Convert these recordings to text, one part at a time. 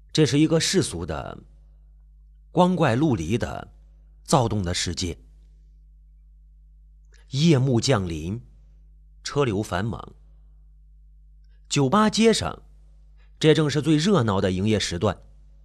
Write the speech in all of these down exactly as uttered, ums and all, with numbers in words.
这是一个世俗的、光怪陆离的、躁动的世界。夜幕降临，车流繁忙，酒吧街上，这正是最热闹的营业时段。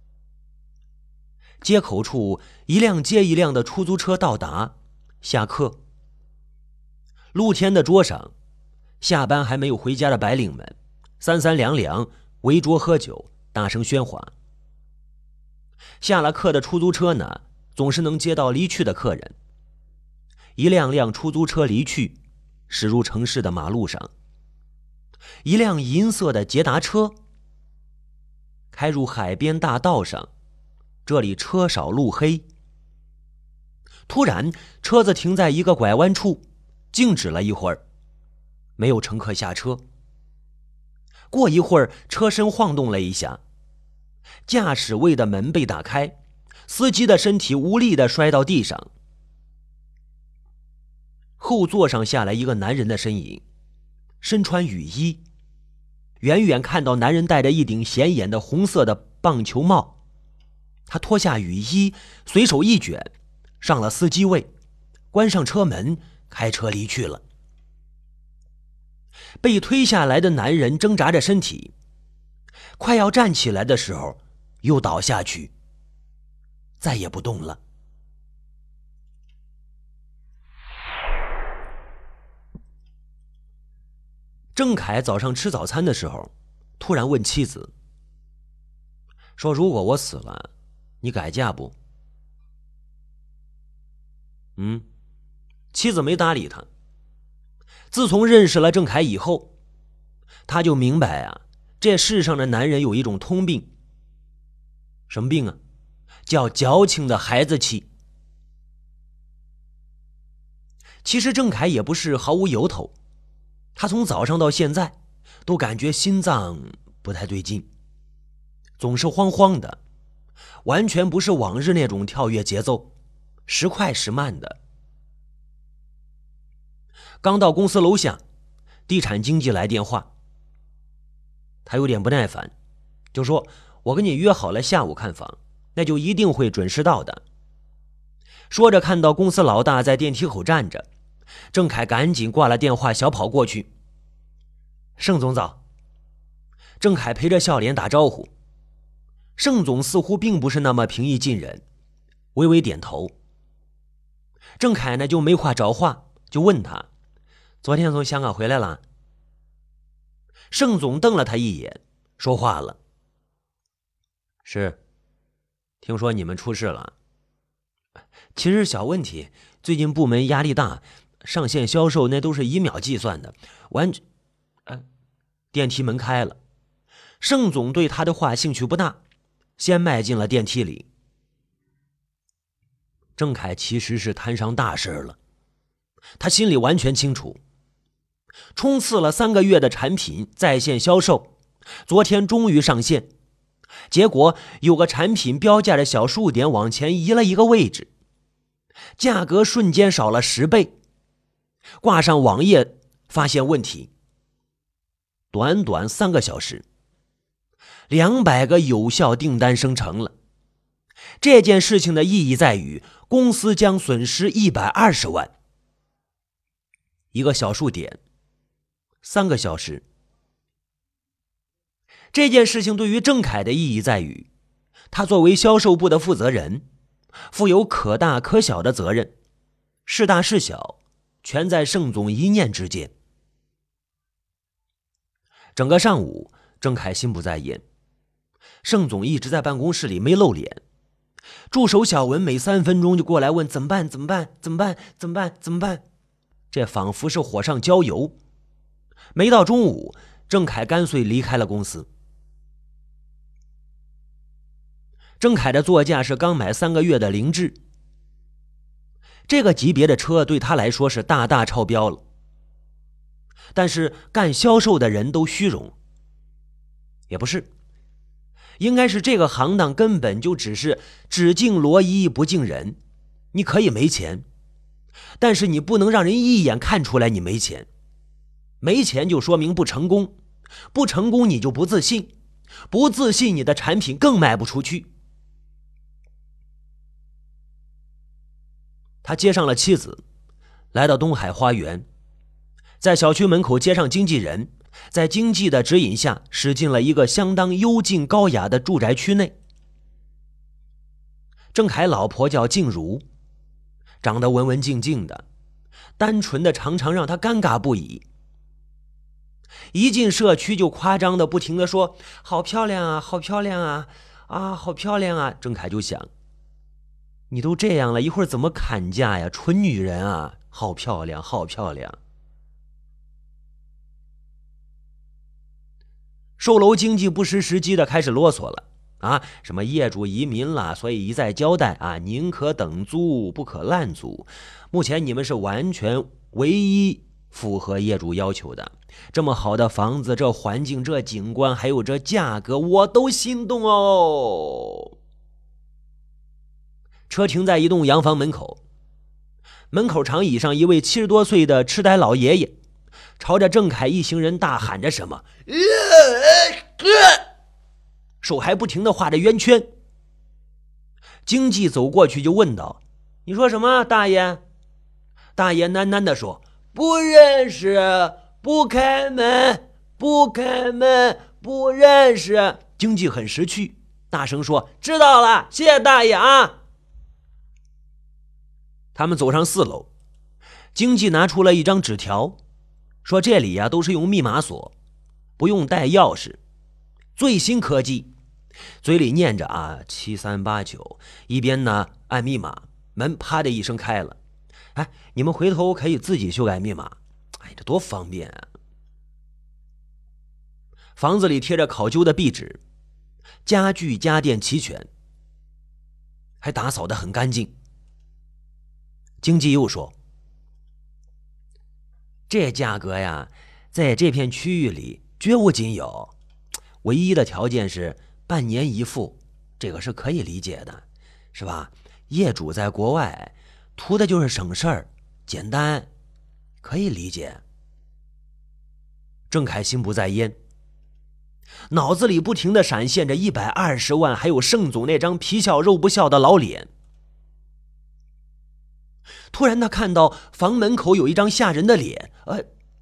街口处，一辆接一辆的出租车到达，下客。露天的桌上，下班还没有回家的白领们三三两两围桌喝酒，大声喧哗。下了课的出租车呢，总是能接到离去的客人。一辆辆出租车离去，驶入城市的马路上。一辆银色的捷达车开入海边大道上，这里车少路黑。突然，车子停在一个拐弯处，静止了一会儿，没有乘客下车。过一会儿，车身晃动了一下，驾驶位的门被打开，司机的身体无力地摔到地上。后座上下来一个男人的身影，身穿雨衣，远远看到男人戴着一顶显眼的红色的棒球帽。他脱下雨衣，随手一卷，上了司机位，关上车门，开车离去了。被推下来的男人挣扎着身体，快要站起来的时候，又倒下去，再也不动了。郑凯早上吃早餐的时候，突然问妻子说：“如果我死了，你改嫁不？”嗯，妻子没搭理他。自从认识了郑凯以后，他就明白啊，这世上的男人有一种通病。什么病啊？叫矫情的孩子气。其实郑凯也不是毫无由头，他从早上到现在都感觉心脏不太对劲，总是慌慌的，完全不是往日那种跳跃节奏，时快时慢的。刚到公司楼下，地产经纪来电话，他有点不耐烦，就说：“我跟你约好了下午看房，那就一定会准时到的。”说着看到公司老大在电梯口站着，郑凯赶紧挂了电话，小跑过去。盛总早。郑凯陪着笑脸打招呼。盛总似乎并不是那么平易近人，微微点头。郑凯呢就没话找话，就问他：“昨天从香港回来了？”盛总瞪了他一眼，说话了：“是，听说你们出事了。其实小问题，最近部门压力大，上线销售那都是一秒计算的，完……呃，电梯门开了，盛总对他的话兴趣不大，先迈进了电梯里。郑凯其实是摊上大事了，他心里完全清楚，冲刺了三个月的产品在线销售，昨天终于上线，结果有个产品标价的小数点往前移了一个位置，价格瞬间少了十倍，挂上网页发现问题，短短三个小时，两百个有效订单生成了。这件事情的意义在于，公司将损失一百二十万。一个小数点，三个小时。这件事情对于郑凯的意义在于，他作为销售部的负责人，负有可大可小的责任，是大是小，全在盛总一念之间。整个上午，郑凯心不在焉，盛总一直在办公室里没露脸，助手小文每三分钟就过来问怎么办怎么办怎么办怎么办怎么办，这仿佛是火上浇油。没到中午，郑凯干脆离开了公司。郑凯的座驾是刚买三个月的凌志，这个级别的车对他来说是大大超标了。但是干销售的人都虚荣，也不是，应该是这个行当根本就只是只敬罗衣不敬人。你可以没钱，但是你不能让人一眼看出来你没钱，没钱就说明不成功，不成功你就不自信， 不自信，你的产品更卖不出去。他接上了妻子，来到东海花园，在小区门口接上经纪人，在经纪的指引下驶进了一个相当幽静高雅的住宅区内。郑凯老婆叫静茹，长得文文静静的，单纯的常常让他尴尬不已。一进社区就夸张的不停的说好漂亮啊，好漂亮啊，啊好漂亮啊。郑凯就想，你都这样了，一会儿怎么砍价呀？纯女人啊，好漂亮好漂亮。售楼经济不失时机的开始啰嗦了啊，什么业主移民了，所以一再交代啊，宁可等租不可滥租。目前你们是完全唯一符合业主要求的，这么好的房子，这环境，这景观，还有这价格，我都心动哦。车停在一栋洋房门口，门口长椅上一位七十多岁的痴呆老爷爷朝着郑凯一行人大喊着什么，手还不停地画着圆圈。经纪走过去就问道，你说什么大爷？大爷喃喃地说，不认识，不开门，不开门，不认识。经纪很识趣，大声说，知道了，谢谢大爷啊。他们走上四楼，经纪拿出了一张纸条，说这里呀、啊、都是用密码锁，不用带钥匙，最新科技。嘴里念着啊七三八九，一边呢按密码，门啪的一声开了。哎，你们回头可以自己修改密码，哎，这多方便啊！房子里贴着考究的壁纸，家具家电齐全，还打扫得很干净。经纪又说，这价格呀，在这片区域里绝无仅有，唯一的条件是半年一付，这个是可以理解的，是吧？业主在国外图的就是省事儿，简单，可以理解。郑凯心不在焉，脑子里不停地闪现着一百二十万，还有盛总那张皮笑肉不笑的老脸。突然他看到房门口有一张吓人的脸，呃，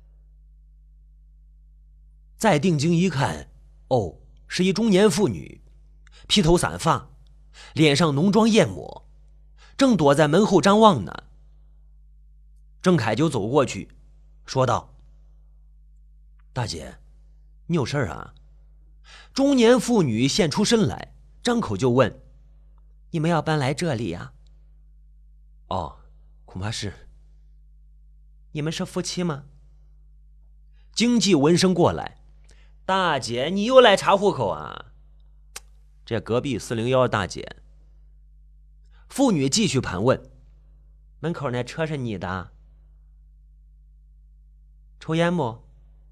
再定睛一看，哦，是一中年妇女，披头散发，脸上浓妆艳抹，正躲在门后张望呢。郑凯就走过去说道，大姐，你有事儿啊？中年妇女现出身来，张口就问，你们要搬来这里呀？哦，恐怕是。你们是夫妻吗？经纪闻声过来，大姐，你又来查户口啊？这隔壁四零一大姐。妇女继续盘问，门口那车是你的？抽烟不？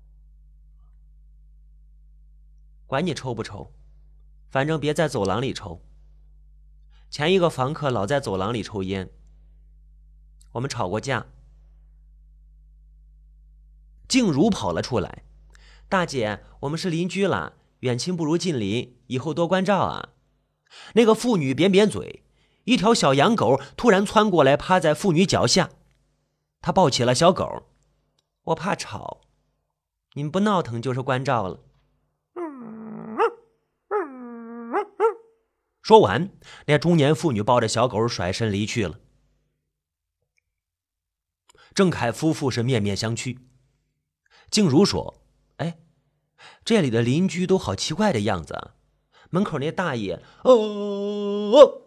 管你抽不抽，反正别在走廊里抽。前一个房客老在走廊里抽烟，我们吵过架。静茹跑了出来，大姐，我们是邻居了，远亲不如近邻，以后多关照啊。那个妇女扁扁嘴，一条小洋狗突然窜过来，趴在妇女脚下，她抱起了小狗，我怕吵，你们不闹腾就是关照了。说完，那中年妇女抱着小狗甩身离去了。郑凯夫妇是面面相觑。静茹说，哎，这里的邻居都好奇怪的样子啊，门口那大爷哦哦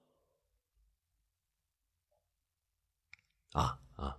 啊啊！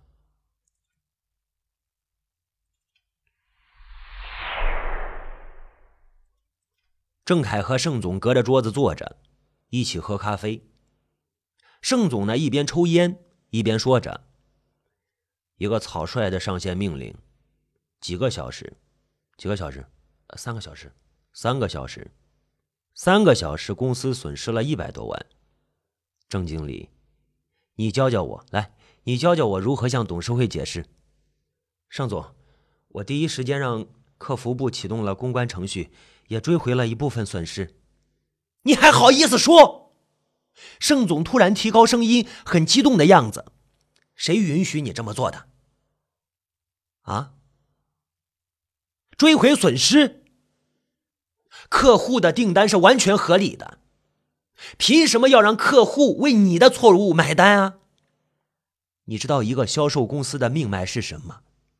郑凯和盛总隔着桌子坐着，一起喝咖啡。盛总呢，一边抽烟一边说着，一个草率的上线命令，几个小时，几个小时，三个小时，三个小时，三个小时，公司损失了一百多万。郑经理，你教教我，来，你教教我如何向董事会解释。盛总，我第一时间让客服部启动了公关程序，也追回了一部分损失。你还好意思说？盛总突然提高声音，很激动的样子。谁允许你这么做的？啊？追回损失？客户的订单是完全合理的，凭什么要让客户为你的错误买单啊？你知道一个销售公司的命脉是什么？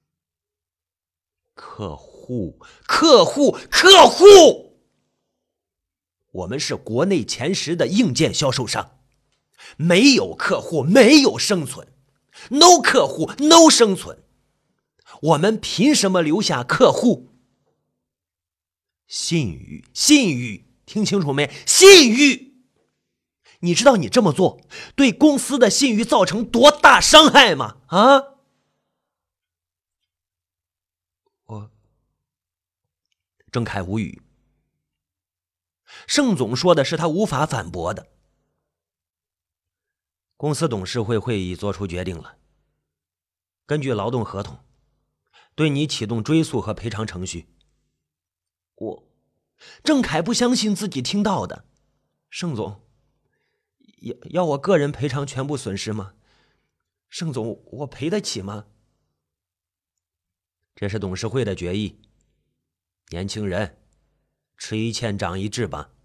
客户，客户，客户！我们是国内前十的硬件销售商，没有客户，没有生存。No 客户 No 生存，我们凭什么留下客户？信誉，信誉，听清楚没？信誉！你知道你这么做对公司的信誉造成多大伤害吗？啊？我，郑恺无语。盛总说的是他无法反驳的。公司董事会会议做出决定了，根据劳动合同，对你启动追诉和赔偿程序。我，郑恺不相信自己听到的。盛总，要要我个人赔偿全部损失吗？盛总，我赔得起吗？这是董事会的决议。年轻人，吃一堑长一智吧。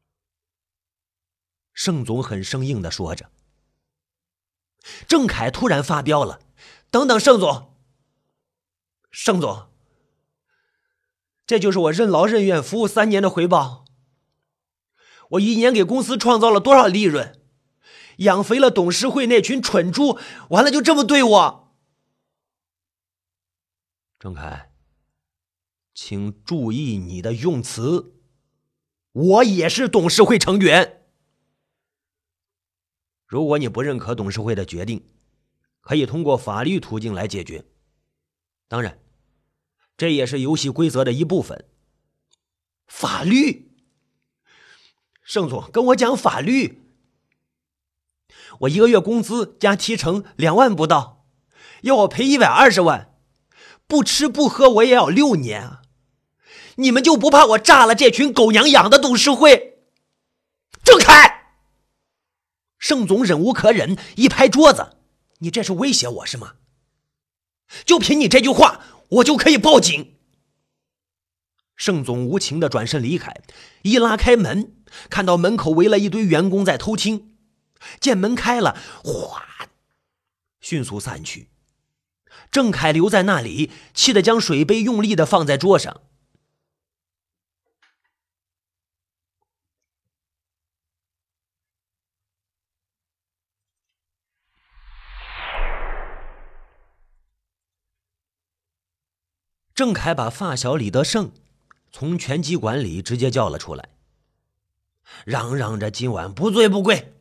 盛总很生硬地说着。郑恺突然发飙了，等等，盛总，盛总，这就是我任劳任怨服务三年的回报。我一年给公司创造了多少利润，养肥了董事会那群蠢猪，完了就这么对我。郑恺，请注意你的用词，我也是董事会成员。如果你不认可董事会的决定，可以通过法律途径来解决。当然，这也是游戏规则的一部分。法律？盛总，跟我讲法律。我一个月工资加提成两万不到，要我赔一百二十万，不吃不喝我也要六年啊！你们就不怕我炸了这群狗娘养的董事会？郑恺！盛总忍无可忍，一拍桌子：“你这是威胁我是吗？就凭你这句话，我就可以报警。”盛总无情地转身离开，一拉开门，看到门口围了一堆员工在偷听，见门开了，哗，迅速散去。郑恺留在那里，气得将水杯用力地放在桌上。郑恺把发小李德胜从拳击馆里直接叫了出来，嚷嚷着今晚不醉不归。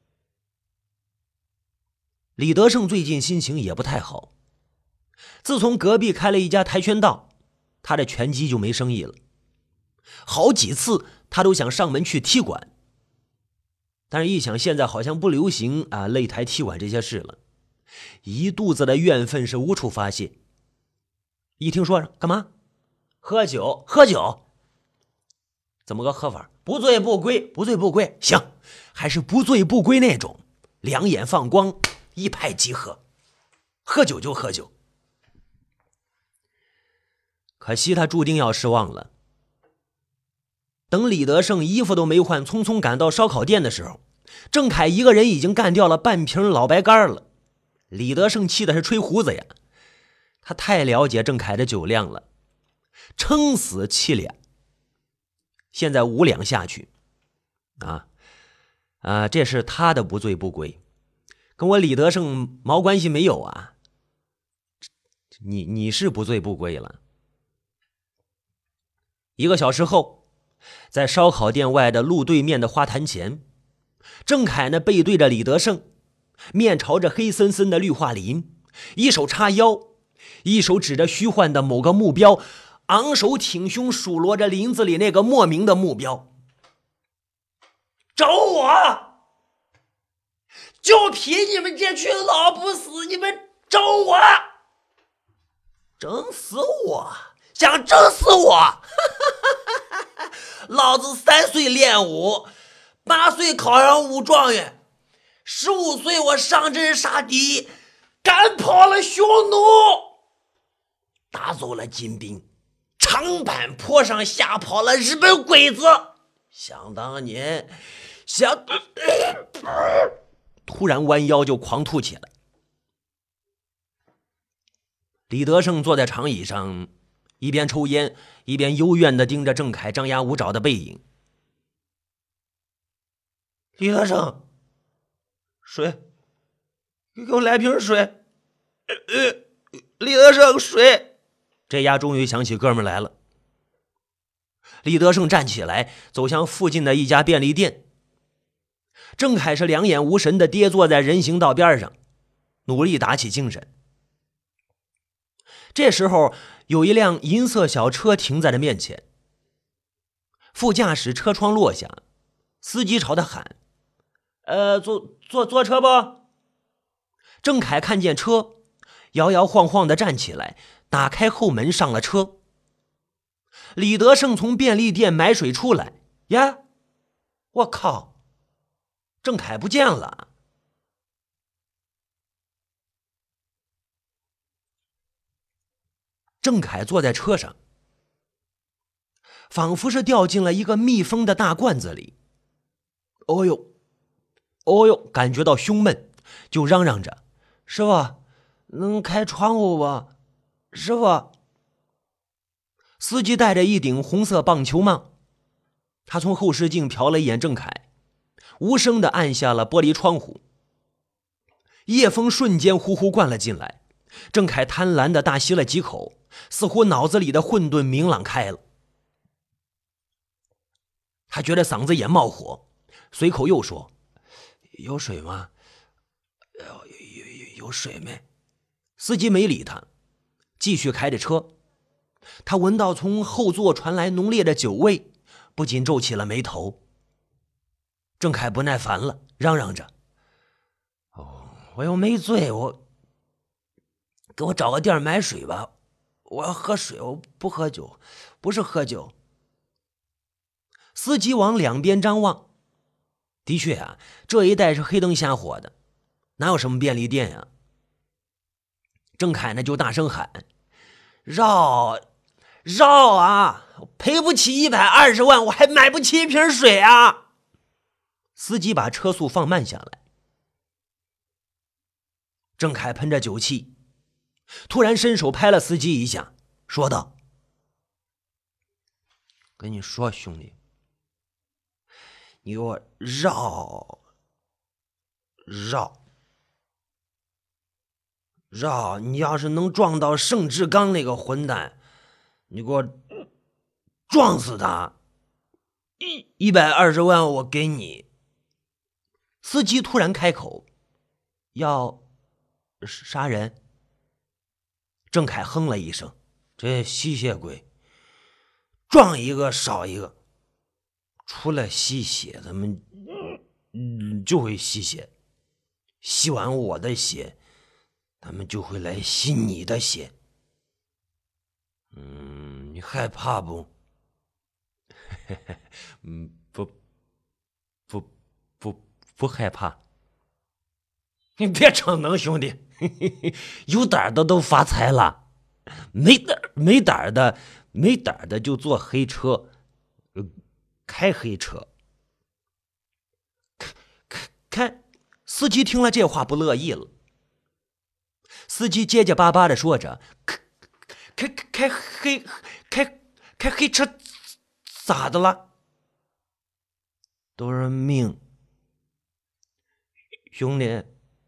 李德胜最近心情也不太好，自从隔壁开了一家跆拳道，他的拳击就没生意了。好几次他都想上门去踢馆，但是一想现在好像不流行啊擂台踢馆这些事了，一肚子的怨愤是无处发泄。一听说干嘛？喝酒，喝酒。怎么个喝法？不醉不归，不醉不归。行，还是不醉不归那种，两眼放光，一拍即合。喝酒就喝酒。可惜他注定要失望了。等李德胜衣服都没换，匆匆赶到烧烤店的时候，郑恺一个人已经干掉了半瓶老白干了。李德胜气的是吹胡子呀。他太了解郑恺的酒量了，撑死七两，现在五两下去，啊啊，这是他的不醉不归，跟我李德胜毛关系没有啊？你你是不醉不归了。一个小时后，在烧烤店外的路对面的花坛前，郑恺呢背对着李德胜，面朝着黑森森的绿化林，一手叉腰，一手指着虚幻的某个目标，昂首挺胸数落着林子里那个莫名的目标。找我，就凭你们这群老不死，你们找我，整死我！ 想整死我！老子三岁练武，八岁考上武状元，十五岁我上阵杀敌，赶跑了匈奴，打走了金兵，长坂坡上吓跑了日本鬼子。想当年，想……突然弯腰就狂吐起来。李德胜坐在长椅上，一边抽烟，一边幽怨地盯着郑恺张牙舞爪的背影。李德胜，水，给我来瓶水。呃，李德胜，水。这丫终于想起哥们来了。李德胜站起来，走向附近的一家便利店。郑恺是两眼无神地跌坐在人行道边上，努力打起精神。这时候，有一辆银色小车停在了面前。副驾驶车窗落下，司机朝他喊：“呃，坐坐坐车不？”郑恺看见车，摇摇晃晃地站起来，打开后门上了车。李德胜从便利店买水出来，呀，我靠，郑恺不见了。郑恺坐在车上，仿佛是掉进了一个密封的大罐子里。哦呦，哦呦，感觉到胸闷，就嚷嚷着：“师傅，能开窗户不？师傅。”司机戴着一顶红色棒球帽，他从后视镜瞟了一眼郑恺，无声地按下了玻璃窗户。夜风瞬间呼呼灌了进来，郑恺贪婪地大吸了几口，似乎脑子里的混沌明朗开了。他觉得嗓子眼冒火，随口又说：“有水吗？有有有有水没？”司机没理他，继续开着车。他闻到从后座传来浓烈的酒味，不禁皱起了眉头。郑恺不耐烦了，嚷嚷着：“哦，我又没醉，我给我找个地儿买水吧，我要喝水，我不喝酒，不是喝酒。”司机往两边张望，的确啊，这一带是黑灯瞎火的，哪有什么便利店呀？郑恺呢就大声喊：“绕绕啊！赔不起一百二十万，我还买不起一瓶水啊！”司机把车速放慢下来。郑恺喷着酒气，突然伸手拍了司机一下，说道：“跟你说，兄弟，你给我绕绕绕！你要是能撞到盛志刚那个混蛋，你给我撞死他！一一百二十万我给你。”司机突然开口：“要杀人？”郑恺哼了一声：“这吸血鬼，撞一个少一个。除了吸血，咱们嗯就会吸血。吸完我的血，他们就会来吸你的血。嗯，你害怕不？”“嗯，不，不，不，不害怕。”“你别逞能，兄弟，有胆的都发财了，没胆没胆的没胆的就坐黑车，开黑车。开开开！”司机听了这话不乐意了。司机结结巴巴的说着：“开开开黑开开黑车咋的了？都是命，兄弟，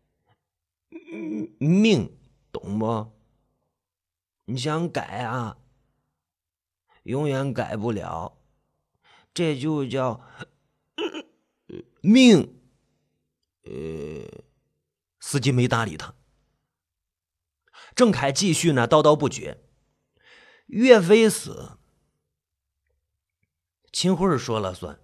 命懂不？你想改啊，永远改不了，这就叫命。”呃，司机没搭理他。郑恺继续呢叨叨不绝：“岳飞死，秦桧说了算；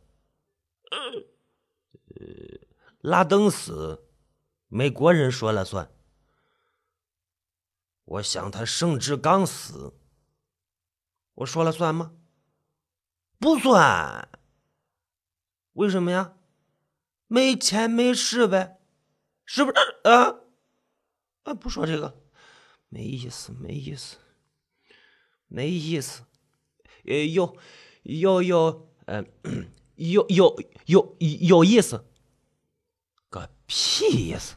呃，拉登死，美国人说了算。我想他盛志刚死， 我说了算吗？不算。为什么呀？没钱没势呗，是不是啊？啊，不说这个，没意思，没意思，没意思。呃，有有有，呃，有有有有意思，个屁意思！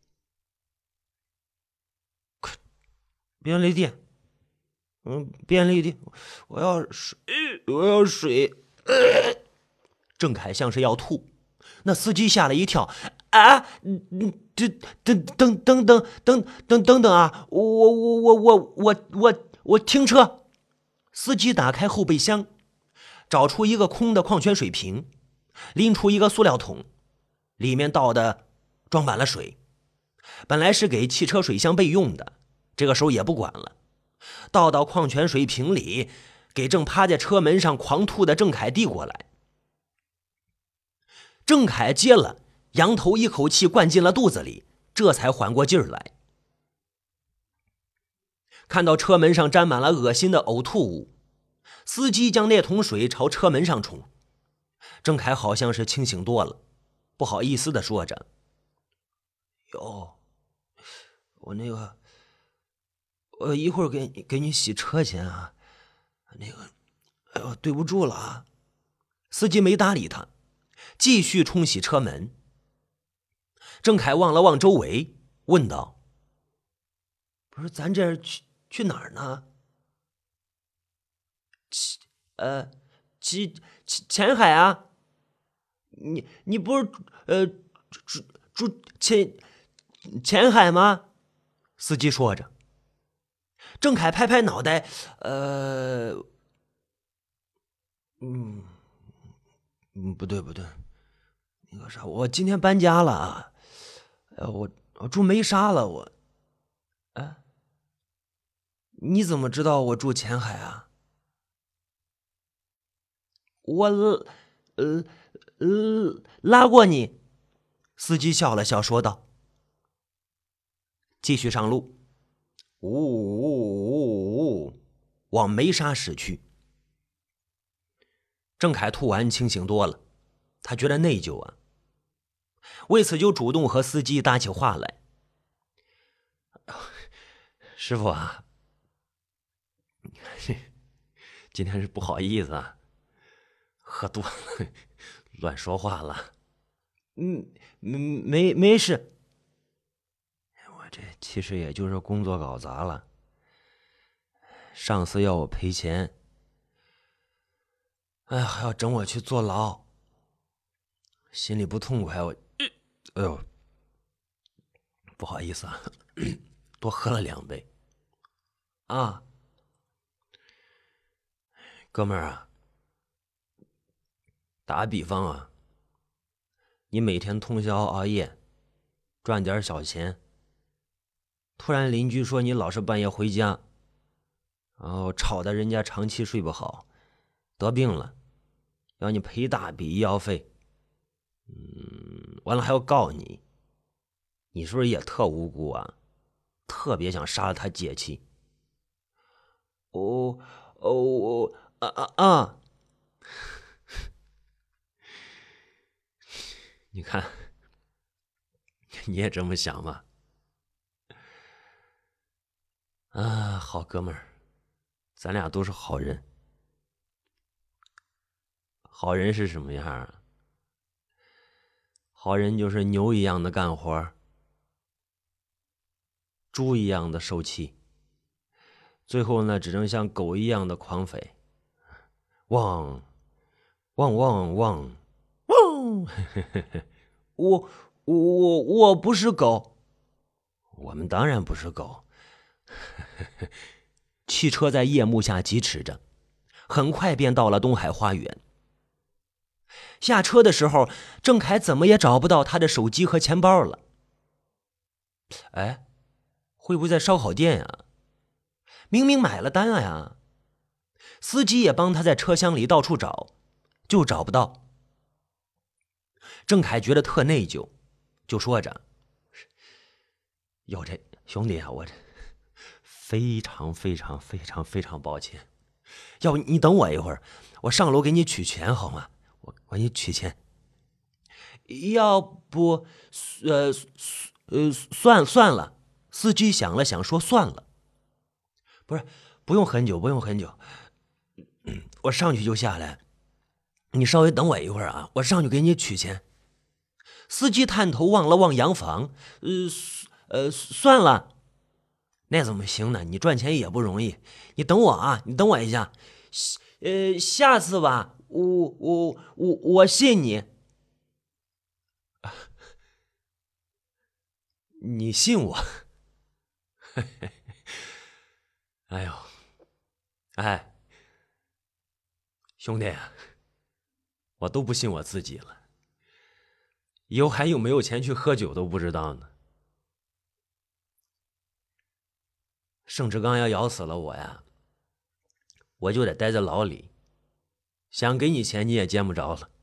便利店，嗯，便利店，我要水，我要水。呃、郑凯像是要吐，那司机吓了一跳，啊，嗯，这等等等等等等等等啊！我我我我我我我停车！司机打开后备箱，找出一个空的矿泉水瓶，拎出一个塑料桶，里面倒的装满了水。本来是给汽车水箱备用的，这个时候也不管了，倒到矿泉水瓶里，给正趴在车门上狂吐的郑凯递过来。郑凯接了，仰头一口气灌进了肚子里，这才缓过劲儿来。看到车门上沾满了恶心的呕吐物，司机将那桶水朝车门上冲。郑凯好像是清醒多了，不好意思地说着：“哟，我那个，我一会儿给你给你洗车钱啊，那个，哎呦，对不住了啊。”司机没搭理他，继续冲洗车门。郑凯望了望周围，问道：“不是，咱这去去哪儿呢？”“去，呃，去去前海啊。”“你你不是呃住住前前海吗？”司机说着。郑凯拍拍脑袋，呃，嗯嗯，不对不对，那个啥，我今天搬家了啊，呃，我我住梅沙了，我，啊，你怎么知道我住前海啊？我呃呃拉过你。司机笑了笑说道。继续上路，呜呜呜呜，往梅沙驶去。郑凯吐完清醒多了，他觉得内疚啊，为此就主动和司机搭起话来：“师傅啊，今天是不好意思啊，喝多了，乱说话了。嗯，没没事。我这其实也就是工作搞砸了，上司要我赔钱，哎呀，还要整我去坐牢，心里不痛快。我，哎呦，不好意思啊，多喝了两杯。啊，哥们儿啊，打个比方啊，你每天通宵熬夜，赚点小钱，突然邻居说你老是半夜回家，然后吵得人家长期睡不好，得病了，要你赔大笔医药费，嗯，完了还要告你，你是不是也特无辜啊？特别想杀了他解气。哦哦啊啊啊！你看，你也这么想吗？啊，好哥们儿，咱俩都是好人。好人是什么样啊？好人就是牛一样的干活，猪一样的受气，最后呢，只能像狗一样的狂吠，汪汪汪汪汪！我我我不是狗，我们当然不是狗。汽车在夜幕下疾驰着，很快便到了东海花园。下车的时候，郑凯怎么也找不到他的手机和钱包了。哎，会不会在烧烤店呀？明明买了单了呀！司机也帮他在车厢里到处找，就找不到。郑凯觉得特内疚，就说着：“哟，这兄弟啊，我这非常非常非常非常抱歉， 要不你等我一会儿，我上楼给你取钱好吗？我我给你取钱。要不，呃呃，算算了。司机想了想说算了。不是，不用很久，不用很久，我上去就下来。你稍微等我一会儿啊，我上去给你取钱。司机探头望了望洋房，呃呃，算了。那怎么行呢？你赚钱也不容易，你等我啊，你等我一下。呃，下次吧，我我我我信你。你信我？哎呦，哎，兄弟，我都不信我自己了，以后还有没有钱去喝酒都不知道呢。盛志刚要咬死了我呀，我就得待在牢里，想给你钱你也见不着了。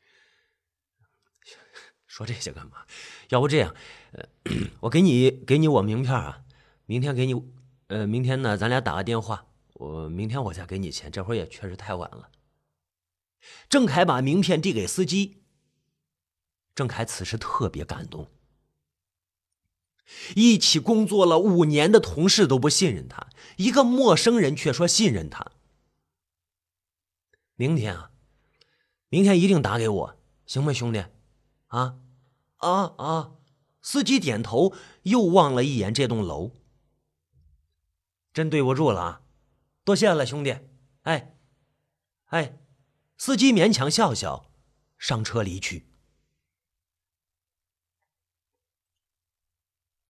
说这些干嘛？要不这样，呃，我给你给你我名片啊，明天给你，呃，明天呢咱俩打个电话，我明天我再给你钱，这会儿也确实太晚了。郑凯把名片递给司机，郑凯此时特别感动。一起工作了五年的同事都不信任他，一个陌生人却说信任他。明天啊，明天一定打给我，行吗，兄弟？啊啊啊！司机点头，又望了一眼这栋楼。真对不住了啊，多谢了，兄弟。哎哎，司机勉强笑笑，上车离去。